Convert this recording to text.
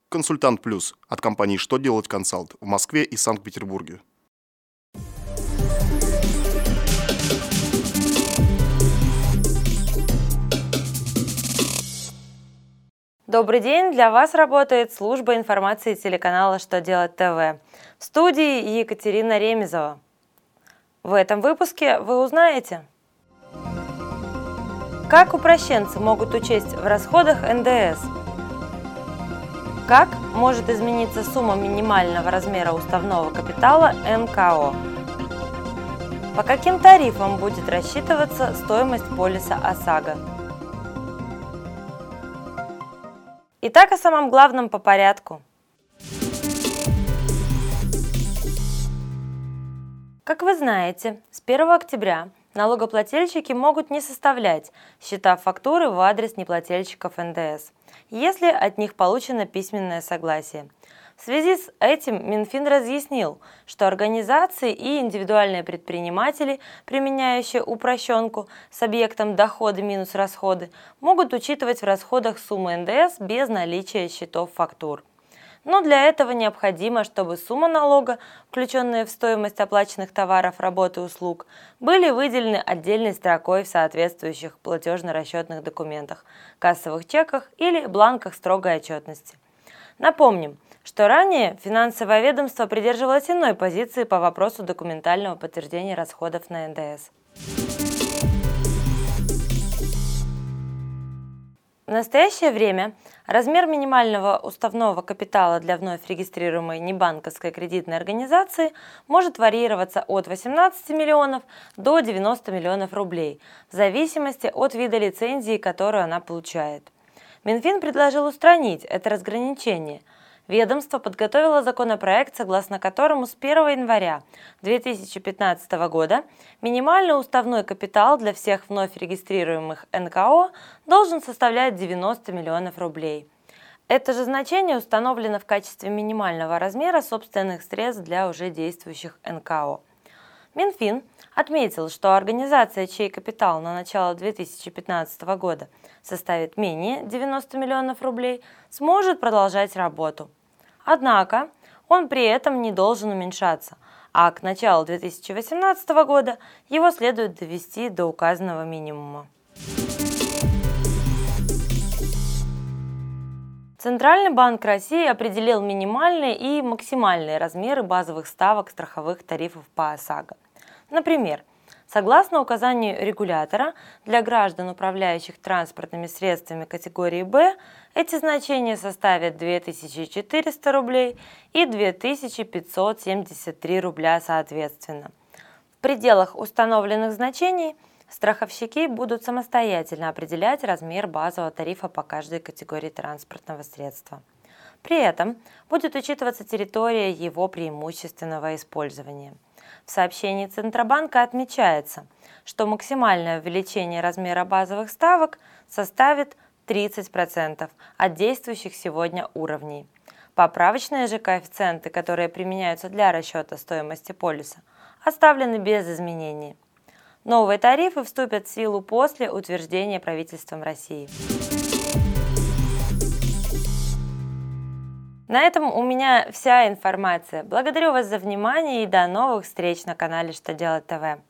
Консультант Плюс от компании «Что делать консалт» в Москве и Санкт-Петербурге. Добрый день! Для вас работает служба информации телеканала «Что делать ТВ». В студии Екатерина Ремезова. В этом выпуске вы узнаете, как упрощенцы могут учесть в расходах НДС, как может измениться сумма минимального размера уставного капитала НКО, по каким тарифам будет рассчитываться стоимость полиса ОСАГО. Итак, о самом главном по порядку. Как вы знаете, с 1 октября налогоплательщики могут не составлять счета фактуры в адрес неплательщиков НДС, если от них получено письменное согласие. В связи с этим Минфин разъяснил, что организации и индивидуальные предприниматели, применяющие упрощенку с объектом доходы минус расходы, могут учитывать в расходах суммы НДС без наличия счетов фактур. Но для этого необходимо, чтобы сумма налога, включенная в стоимость оплаченных товаров, работ и услуг, были выделены отдельной строкой в соответствующих платежно-расчетных документах, кассовых чеках или бланках строгой отчетности. Напомним, что ранее финансовое ведомство придерживалось иной позиции по вопросу документального подтверждения расходов на НДС. В настоящее время размер минимального уставного капитала для вновь регистрируемой небанковской кредитной организации может варьироваться от 18 миллионов до 90 миллионов рублей, в зависимости от вида лицензии, которую она получает. Минфин предложил устранить это разграничение. Ведомство подготовило законопроект, согласно которому с 1 января 2015 года минимальный уставной капитал для всех вновь регистрируемых НКО должен составлять 90 миллионов рублей. Это же значение установлено в качестве минимального размера собственных средств для уже действующих НКО. Минфин отметил, что организация, чей капитал на начало 2015 года составит менее 90 миллионов рублей, сможет продолжать работу. Однако он при этом не должен уменьшаться, а к началу 2018 года его следует довести до указанного минимума. Центральный банк России определил минимальные и максимальные размеры базовых ставок страховых тарифов по ОСАГО. Например, согласно указанию регулятора, для граждан, управляющих транспортными средствами категории «Б», эти значения составят 2400 рублей и 2573 рубля соответственно. В пределах установленных значений страховщики будут самостоятельно определять размер базового тарифа по каждой категории транспортного средства. При этом будет учитываться территория его преимущественного использования. В сообщении Центробанка отмечается, что максимальное увеличение размера базовых ставок составит 30% от действующих сегодня уровней. Поправочные же коэффициенты, которые применяются для расчета стоимости полиса, оставлены без изменений. Новые тарифы вступят в силу после утверждения правительством России. На этом у меня вся информация. Благодарю вас за внимание и до новых встреч на канале «Что делать ТВ».